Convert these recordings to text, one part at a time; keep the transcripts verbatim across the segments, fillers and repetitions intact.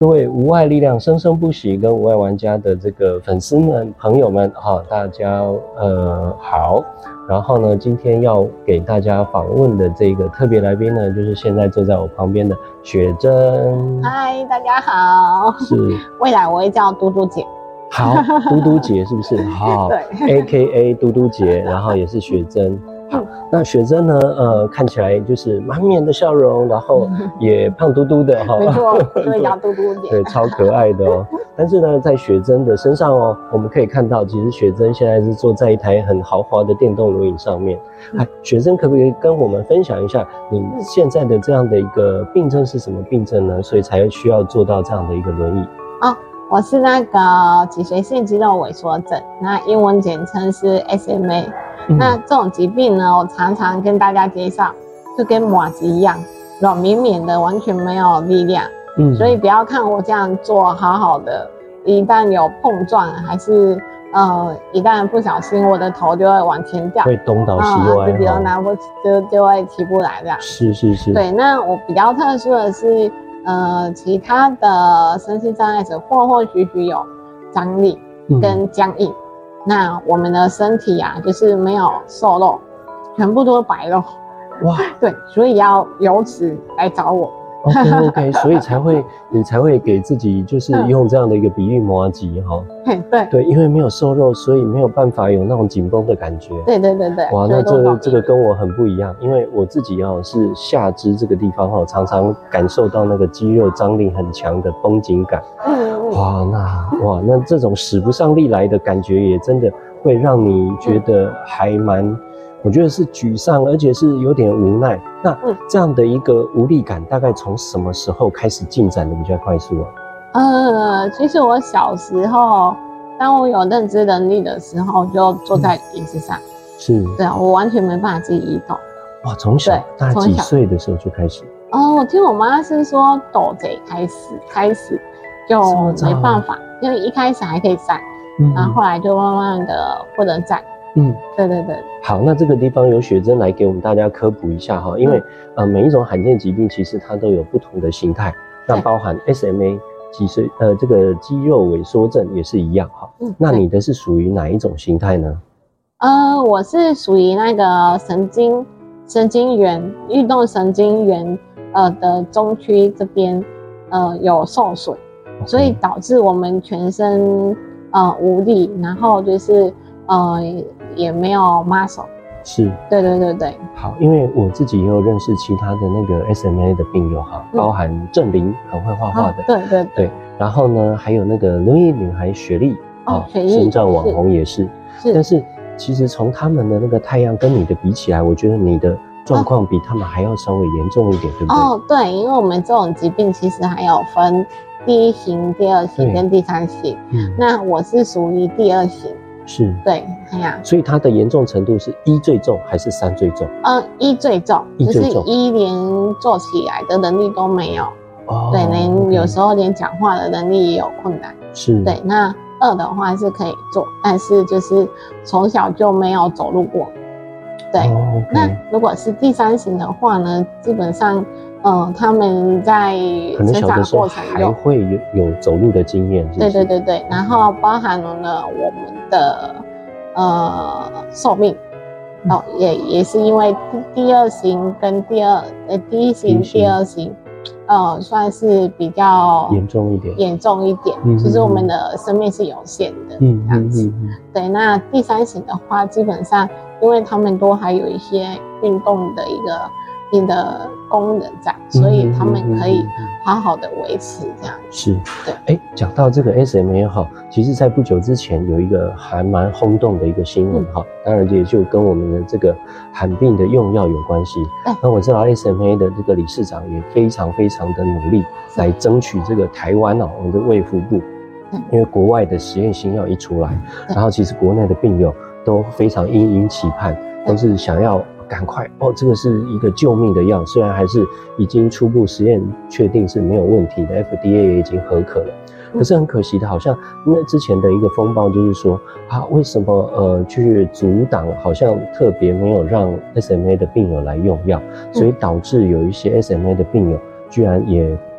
各位无爱力量生生不息跟无爱玩家的这个粉丝们朋友们哈，大家呃好。然后呢，今天要给大家访问的这个特别来宾呢，就是现在坐在我旁边的雪珍。 嗨，大家好。 是， 未来我会叫嘟嘟姐。 好，嘟嘟姐是不是？好，对 ，A K A 嘟嘟姐，然后也是雪珍。好，那雪珍呢？呃，看起来就是满面的笑容，然后也胖嘟嘟的哈。 没错，所以叫嘟嘟姐。 对，超可爱的哦。但是呢，在雪珍的身上哦，我们可以看到，其实雪珍现在是坐在一台很豪华的电动轮椅上面。哎、嗯，雪珍可不可以跟我们分享一下你现在的这样的一个病症是什么病症呢？所以才需要做到这样的一个轮椅？ 哦，我是那个脊髓性肌肉萎缩症，那英文简称是 S M A。嗯、那这种疾病呢，我常常跟大家介绍，就跟麻糬一样，软绵绵的，完全没有力量。嗯，所以不要看我这样做好好的，一旦有碰撞，还是呃，一旦不小心，我的头就会往前掉， 会东倒西歪， 自己都拿不起，就就会起不来这样。 是是是。对， 那我比较特殊的是，呃，其他的身心障碍者或或许许有张力跟僵硬。嗯，那我们的身体啊，就是没有瘦肉，全部都是白肉。哇，对，所以要由此来找我。 OK OK， 所以才会你才会给自己就是用这样的一个比喻麻糬哈。对对，因为没有瘦肉，所以没有办法有那种紧绷的感觉。 对对对对。 哇，那这这个跟我很不一样，因为我自己哦是下肢这个地方哈，常常感受到那个肌肉张力很强的绷紧感。嗯。哇，那哇那这种使不上力来的感觉，也真的会让你觉得还蛮。嗯，我觉得是沮丧，而且是有点无奈。那这样的一个无力感，大概从什么时候开始进展的比较快速啊？ 呃，其实我小时候，当我有认知能力的时候，就坐在椅子上。嗯、是。对啊，我完全没办法自己移动。 哇，从小大概几岁的时候就开始？ 哦，我听我妈是说，抖贼开始开始就没办法，因为一开始还可以站，嗯、然后后来就慢慢的不能站。嗯，对对对。 好，那这个地方由雪珍来给我们大家科普一下哈，因为、嗯、呃每一种罕见疾病其实它都有不同的形态，那包含 S M A 脊髓呃这个肌肉萎缩症也是一样哈。嗯，那你的是属于哪一种形态呢？ 呃，我是属于那个神经神经元运动神经元呃的中区这边呃有受损， okay. 所以导致我们全身呃无力，然后就是呃。也没有 muscle， 是， 对对对对。 好，因为我自己也有认识其他的那个 S M A 的病友哈，嗯、包含郑玲很会画画的、啊， 对对 对, 对。然后呢，还有那个轮椅女孩雪莉啊，身障网红也是。是。但是其实从他们的那个太阳跟你的比起来，我觉得你的状况比他们还要稍微严重一点，对不对？ 哦，对，因为我们这种疾病其实还有分第一型、第二型跟第三型。嗯。那我是属于第二型。 是， 对，哎呀， 所以它的严重程度是一最重还是三最重？ 呃，一最重， 一最重， 就是一连做起来的能力都没有。哦，对，连有时候连讲话的能力也有困难。 是， 对，那二的话是可以做，但是就是从小就没有走路过。对，哦 okay、那如果是第三型的话呢，基本上。呃，他们在成长过程还会有有走路的经验， 对对对对，然后包含了呢我们的呃寿命，哦，也也是因为第第二型跟第二呃第一型、第二型，呃算是比较严重一点， 严重一点，嗯、就是我们的生命是有限的，嗯，这样子。嗯嗯嗯、对，那第三型的话，基本上因为他们都还有一些运动的一个。你的功能在，所以他们可以好好的维持这样。 是，对。哎，讲到这个 S M A 哈，其实在不久之前有一个还蛮轰动的一个新闻哈，嗯、当然也就跟我们的这个罕病的用药有关系。那我知道 S M A 的这个理事长也非常非常的努力来争取这个台湾哦，我们的卫福部，因为国外的实验新药一出来，然后其实国内的病友都非常殷殷期盼，都是想要。赶快哦！这个是一个救命的药，虽然还是已经初步实验确定是没有问题的 ，F D A 也已经核可了。可是很可惜的，好像那之前的一个风暴就是说啊，为什么呃去阻挡，好像特别没有让 S M A 的病友来用药，所以导致有一些 S M A 的病友居然也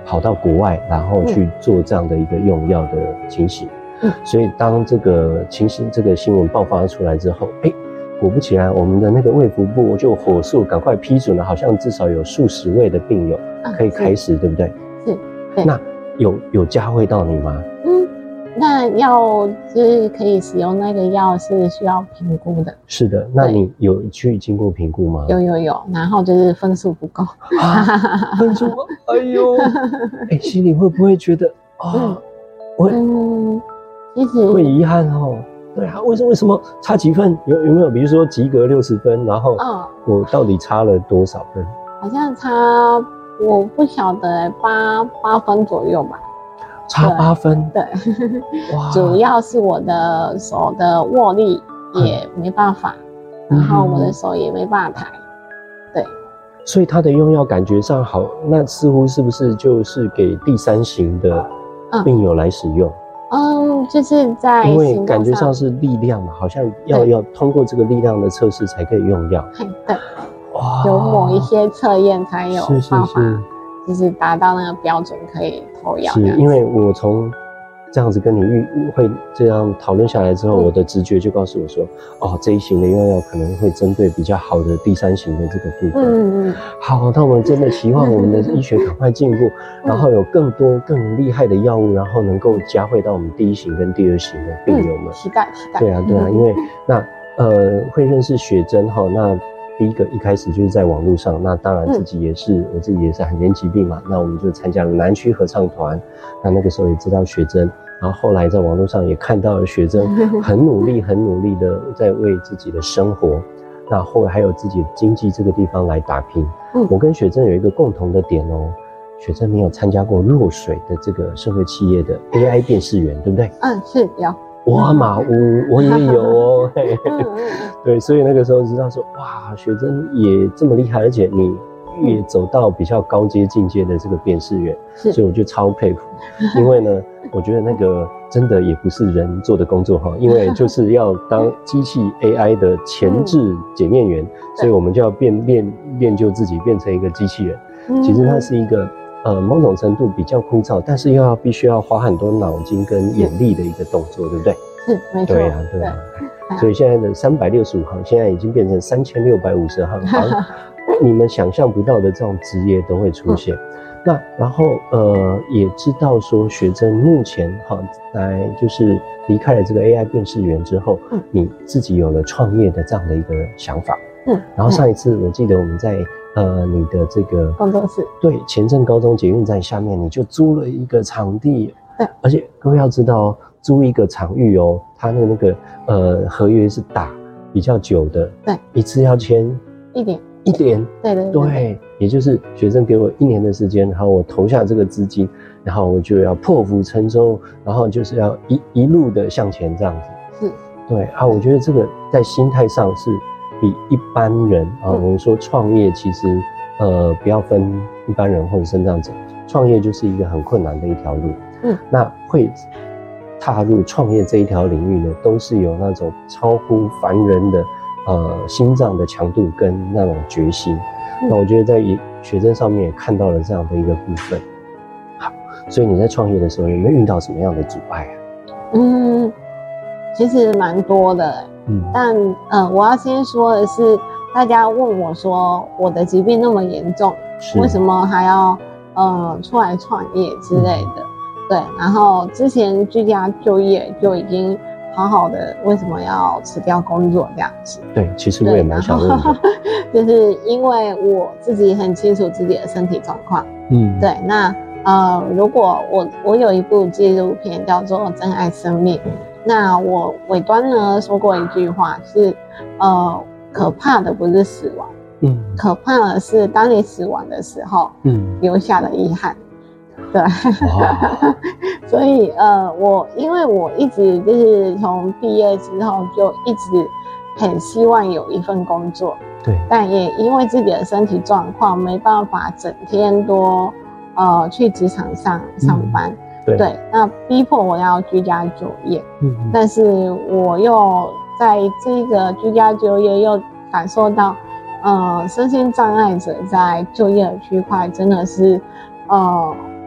跑到国外，然后去做这样的一个用药的情形。 嗯， 所以当这个情形这个新闻爆发出来之后，哎，果不其然，我们的那个卫福部就火速赶快批准了，好像至少有数十位的病友可以开始，嗯、对不对？ 是，对。 那有有加惠到你吗？ 嗯，那药就是可以使用那个药是需要评估的。 是的，那你有去经过评估吗？ 有有有，然后就是分数不够。 啊，分数？哎呦，哎，心里会不会觉得啊？嗯，我嗯，其实会遗憾哦。对啊，为什么为什么差几分？有有没有比如说及格六十分，然后我到底差了多少分？ 好像差我不晓得八八分左右吧。 差八分。 对，哇，主要是我的手的握力也没办法，嗯、然后我的手也没办法抬。对， 所以他的用药感觉上好，那似乎是不是就是给第三型的病友来使用？ 嗯，就是在因为感觉上是力量嘛，好像要要通过这个力量的测试才可以用药。 对，哇，有某一些测验才有办法，就是达到那个标准可以投药。 是因为我从这样子跟你预会这样讨论下来之后，嗯、我的直觉就告诉我说，哦，这一型的用药可能会针对比较好的第三型的这个部分。嗯嗯。好，那我们真的期望我们的医学赶快进步，嗯、然后有更多更厉害的药物，然后能够加惠到我们第一型跟第二型的病友们。 嗯、期待期待。 对啊对啊，嗯、因为那呃会认识雪珍哈，那第一个一开始就是在网络上，那当然自己也是、嗯、我自己也是罕见疾病嘛，那我们就参加了南区合唱团，那那个时候也知道雪珍。然后后来在网络上也看到了雪珍很努力、很努力的在为自己的生活，那后来还有自己的经济这个地方来打拼。嗯，我跟雪珍有一个共同的点哦，雪珍你有参加过弱水的这个社会企业的 A I 辨识员，对不对？ 嗯，是有。 哇马屋我也有哦，嘿嘿嘿对，所以那个时候知道说，哇，雪珍也这么厉害，而且你也走到比较高阶境界的这个辨识员，所以我就超佩服，因为呢。我觉得那个真的也不是人做的工作哈，因为就是要当机器 A I 的前置检验员，嗯、所以我们就要变练练就自己变成一个机器人。嗯、其实它是一个呃某种程度比较枯燥，但是又要必须要花很多脑筋跟眼力的一个动作，对不对？ 是，没错。 对啊，对啊。对所以现在的三百六十五行，现在已经变成三千六百五十行，行你们想象不到的这种职业都会出现。嗯那然后呃也知道说雪珍目前哈来就是离开了这个 A I 辨识员之后，嗯，你自己有了创业的这样的一个想法，嗯，然后上一次我记得我们在呃你的这个工作室， 对，前镇高中捷运站下面你就租了一个场地， 对， 而且各位要知道哦，租一个场域哦，它的那个呃合约是打比较久的， 对， 一次要签一年。 一年， 对对对, 对，也就是学生给我一年的时间，然后我投下这个资金，然后我就要破釜沉舟，然后就是要一一路的向前这样子。是，对啊，我觉得这个在心态上是比一般人啊，我们说创业其实呃不要分一般人或者身障者，创业就是一个很困难的一条路。嗯，那会踏入创业这一条领域呢，都是有那种超乎凡人的。呃，心脏的强度跟那种决心，嗯、那我觉得在学生上面也看到了这样的一个部分。好，所以你在创业的时候有没有遇到什么样的阻碍啊？ 嗯，其实蛮多的，嗯，但呃，我要先说的是，大家问我说我的疾病那么严重，为什么还要呃出来创业之类的？嗯、对，然后之前居家就业就已经。好好的，为什么要辞掉工作这样子？ 对，其实我也蛮想问的， 就是因为我自己很清楚自己的身体状况。嗯，对。那呃，如果我我有一部纪录片叫做《真爱生命》，那我尾端呢说过一句话是，呃，可怕的不是死亡，嗯，可怕的是当你死亡的时候，嗯，留下的遗憾。对，所以呃，我因为我一直就是从毕业之后就一直很希望有一份工作，对，但也因为自己的身体状况没办法整天都呃去职场上上班，嗯、对, 对，那逼迫我要居家就业，嗯，但是我又在这个居家就业又感受到，呃，身心障碍者在就业的区块真的是呃。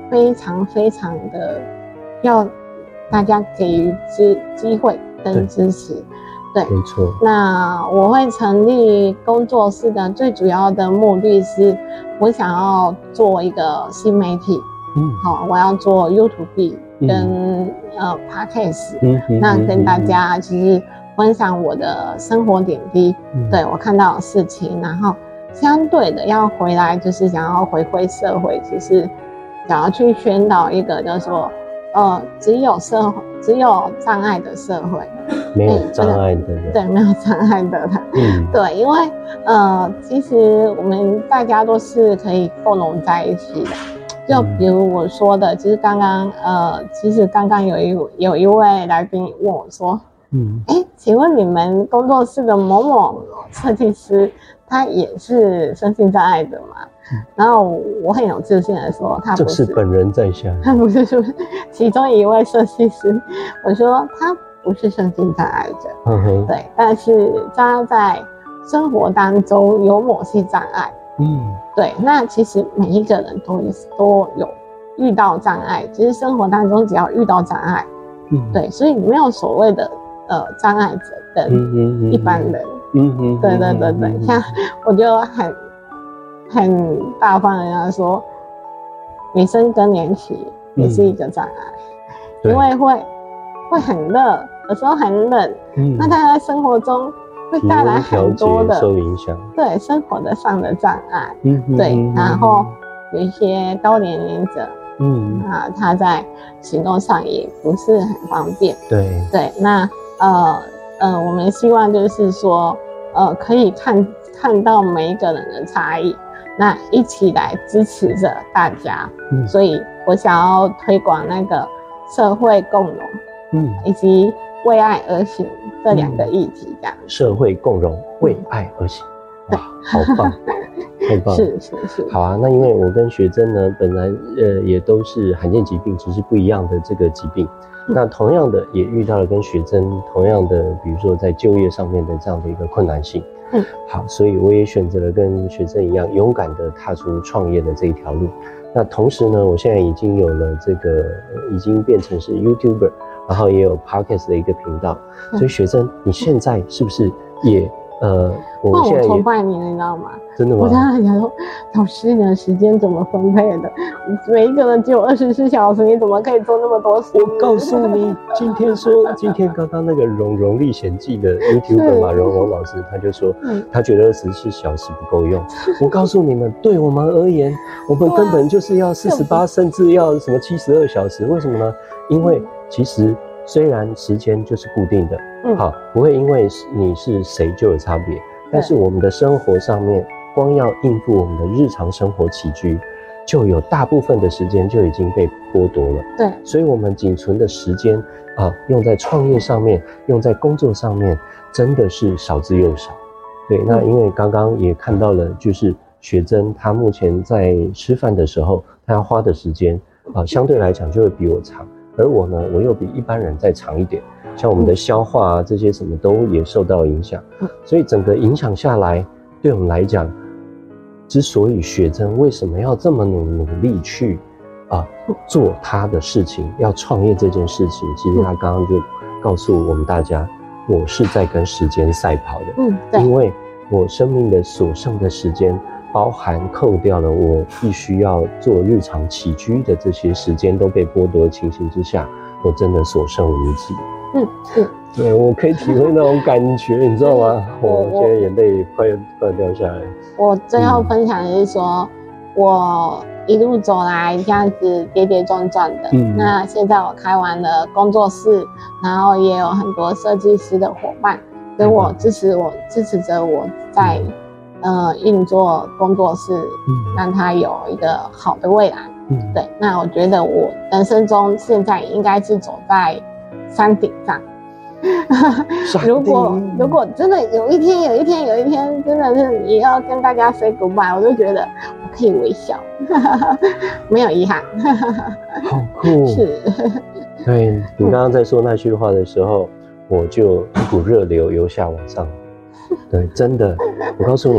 非常非常的要大家给予支机会跟支持。对， 没错。 那我会成立工作室的最主要的目的是，我想要做一个新媒体。嗯，好，我要做 YouTube 跟、嗯、呃 Podcast，嗯嗯，那跟大家就是分享我的生活点滴，嗯、对我看到的事情，然后相对的要回来就是想要回馈社会，就是想要去宣导一个就是说，呃，只有社会只有障碍的社会， 没有障碍的人， 对，没有障碍的人，嗯，对，因为呃，其实我们大家都是可以共融在一起的。就比如我说的，其实刚刚呃，其实刚刚有一有一位来宾问我说，嗯，哎，请问你们工作室的某某设计师，他也是身心障碍的吗？嗯、然后我很有自信的说，他不是， 这是本人在下， 他不是说其中一位设计师，我说他不是身心障碍者，嗯哼，对，但是他在生活当中有某些障碍。嗯，对，那其实每一个人都都有遇到障碍，其实生活当中只要遇到障碍，嗯，对，所以没有所谓的呃障碍者跟一般人，嗯嗯，对对对对，像我就很很大方的跟他说，女生更年期也是一个障碍，嗯、因为会会很热，有时候很冷，嗯，那他在生活中会带来很多的受影响， 对生活的上的障碍，嗯，对，然后有一些高年龄者，嗯，啊，他在行动上也不是很方便， 对对，那呃呃，我们希望就是说，呃，可以看看到每一个人的差异，那一起来支持着大家，嗯，所以我想要推广那个社会共融，嗯，以及为爱而行这两个议题，这样、嗯、 社会共融，为爱而行，哇，好棒，太棒了！ 是是是。 好啊，那因为我跟学珍呢，本来呃也都是罕见疾病，只是不一样的这个疾病。嗯、那同样的也遇到了跟学珍同样的，比如说在就业上面的这样的一个困难性。嗯，好，所以我也选择了跟学珍一样，勇敢的踏出创业的这一条路。那同时呢，我现在已经有了这个，呃、已经变成是 YouTuber。然后也有 Podcast 的一个频道，所以学珍，你现在是不是也呃， 我们现在也崇拜你了，你知道吗？ 真的吗？ 我常常想说，老师你的时间怎么分配的？每一个人只有二十四小时，你怎么可以做那么多事？ 我告诉你，今天说，今天刚刚那个《荣荣历险记》的 YouTuber 马荣荣老师，他就说，他觉得二十四小时不够用。我告诉你们，对我们而言，我们根本就是要四十八，甚至要什么七十二小时？为什么呢？因为其实虽然时间就是固定的，嗯，好，不会因为你是谁就有差别，但是我们的生活上面，光要应付我们的日常生活起居，就有大部分的时间就已经被剥夺了。 对， 所以我们仅存的时间啊，用在创业上面，用在工作上面，真的是少之又少。对，那因为刚刚也看到了，就是学珍她目前在吃饭的时候，她要花的时间啊，相对来讲就会比我长。而我呢，我又比一般人再长一点，像我们的消化啊这些什么都也受到影响，所以整个影响下来，对我们来讲，之所以学珍为什么要这么努努力去啊做他的事情，要创业这件事情，其实他刚刚就告诉我们大家，我是在跟时间赛跑的，嗯，对，因为我生命的所剩的时间。包含扣掉了我必须要做日常起居的这些时间都被剥夺的情形之下，我真的所剩无几。嗯嗯，对，我可以体会那种感觉，你知道吗？我现在眼泪快快掉下来。 我最后分享的是说，嗯、我一路走来这样子跌跌撞撞的，嗯，那现在我开完了工作室，然后也有很多设计师的伙伴跟我支持我，支持着我在。嗯呃，运作工作室，嗯，让他有一个好的未来，嗯，对。那我觉得我人生中现在应该是走在山顶上。如果如果真的有一天，有一天，有一天，真的是你要跟大家 say goodbye， 我就觉得我可以微笑，没有遗憾。 好酷！ 是。 对你刚刚在说那句话的时候，我就一股热流由下往上。对，真的，我告诉你，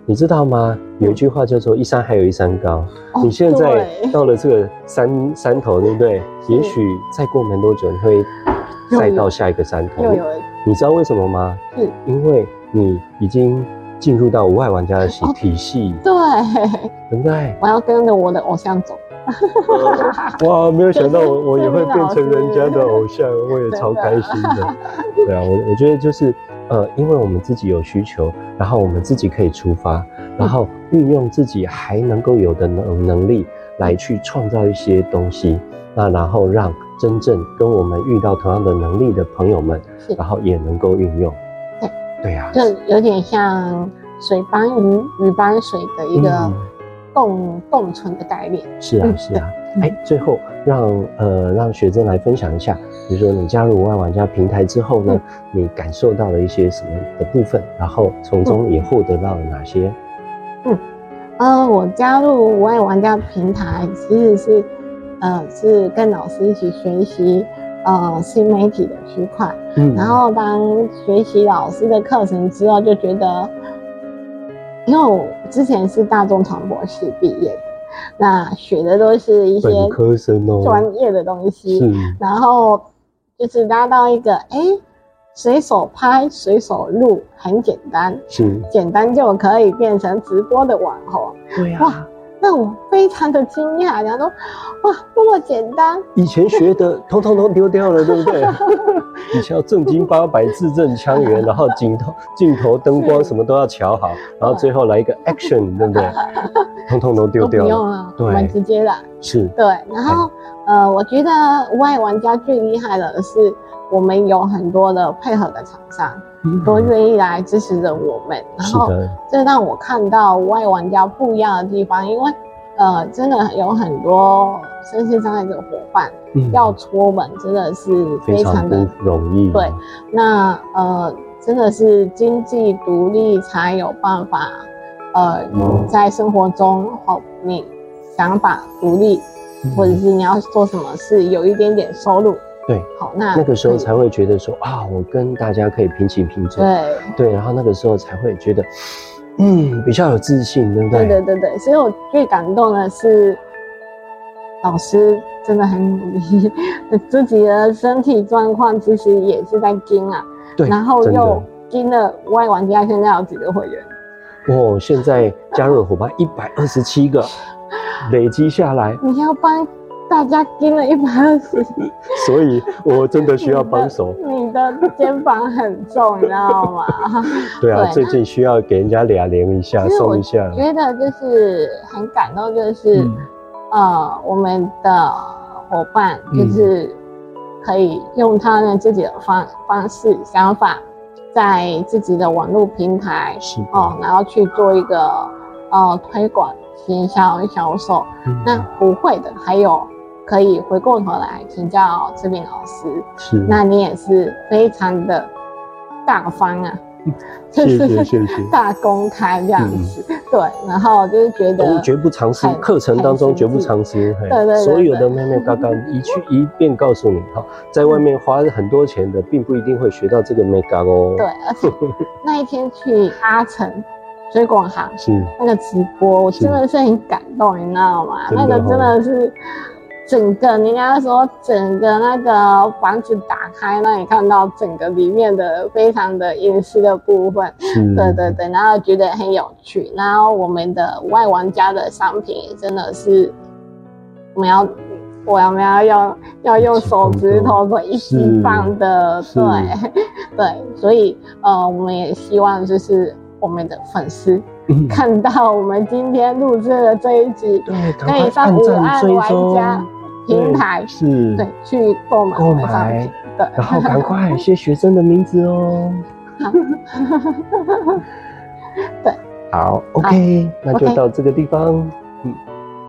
你知道吗？有一句话叫做"一山还有一山高"， 哦、 你现在到了这个山山头，对不对？也许再过没多久，你会再到下一个山头。 又有， 你知道为什么吗？ 是因为你已经进入到无碍玩家的体体系， 对， 对不对？ 我要跟着我的偶像走。 哇，没有想到我我也会变成人家的偶像，我也超开心的。对啊，我我觉得就是呃，因为我们自己有需求，然后我们自己可以出发，然后运用自己还能够有的能能力来去创造一些东西，那然后让真正跟我们遇到同样的能力的朋友们，然后也能够运用。 对对啊， 就有点像水帮鱼，鱼帮水的一个、嗯。共共存的概念。 是啊，是啊。哎、嗯，最后让呃让学珍来分享一下，比如说你加入无碍玩家平台之后呢，嗯、你感受到了一些什么的部分，然后从中也获得到了哪些？ 嗯，呃，我加入无碍玩家平台其实是呃是跟老师一起学习呃新媒体的区块，嗯，然后当学习老师的课程之后，就觉得。因为我之前是大众传播系毕业的，那学的都是一些本科生哦， 专业的东西， 是， 然后就是拉到一个哎，随手拍、随手录，很简单， 是， 简单就可以变成直播的网红， 对啊， 哇，让我非常的惊讶，然后说哇，这么简单， 以前学的通通都丢掉了，对不对？以前要正经八百、字正腔圆，然后镜头、镜头、灯光什么都要调好，然后最后来一个 action， 对不对？通通都丢掉了， 不用了， 对， 我们直接来。 是， 对。然后、嗯、呃，我觉得无碍玩家最厉害的是，我们有很多的配合的厂商，嗯、都愿意来支持着我们，然后这让我看到无碍玩家不一样的地方，因为。呃，真的有很多身心障碍者伙伴、嗯、要出门，真的是非常的不容易。 对，那呃，真的是经济独立才有办法，呃，嗯、在生活中，好、哦，你想法独立、嗯，或者是你要做什么事，有一点点收入。 对， 好，那那个时候才会觉得说啊，我跟大家可以平起平坐。 对对，然后那个时候才会觉得。嗯，比较有自信，对不对？ 对对对对，所以我最感动的是，老师真的很努力，自己的身体状况其实也是在盯啊， 对， 然后又盯了无碍玩家，现在有几个会员？ 哦，现在加入的伙伴一百二十七个，累积下来， 你要帮大家盯了一百二十， 所以我真的需要帮手。 你的肩膀很重，你知道吗？ 对啊，对，最近需要给人家俩连一下，送一下。 我觉得就是很感动，就是、嗯、呃，我们的伙伴就是可以用他们自己的方方式、想法，在自己的网络平台哦，然后去做一个呃推广、行销、销售。嗯、那不会的，还有。可以回过头来请教志斌老师， 是， 那你也是非常的大方啊， 谢谢谢谢， 大公开这样子，嗯、对，然后就是觉得绝不藏私，课程当中绝不藏私， 对对 对, 对， 所有的妹妹嘎嘎一去一遍告诉你哈，在外面花很多钱的，并不一定会学到这个妹嘎哦。 对，而且那一天去阿成水果行是那个直播，我真的是很感动，你知道吗？那个真的是。整个人家说整个那个房子打开，那你看到整个里面的非常的隐私的部分，对对对，然后觉得很有趣。然后我们的无碍玩家的商品也真的是，我们要我们要要要用手指头做一起放的，对对，所以呃，我们也希望就是我们的粉丝。嗯、看到我们今天录制的这一集， 对， 可以上无碍玩家平台， 是， 对，去购买购买，对，然后赶快写学生的名字哦。 好，对， 好 ，OK， 那就到这个地方，嗯。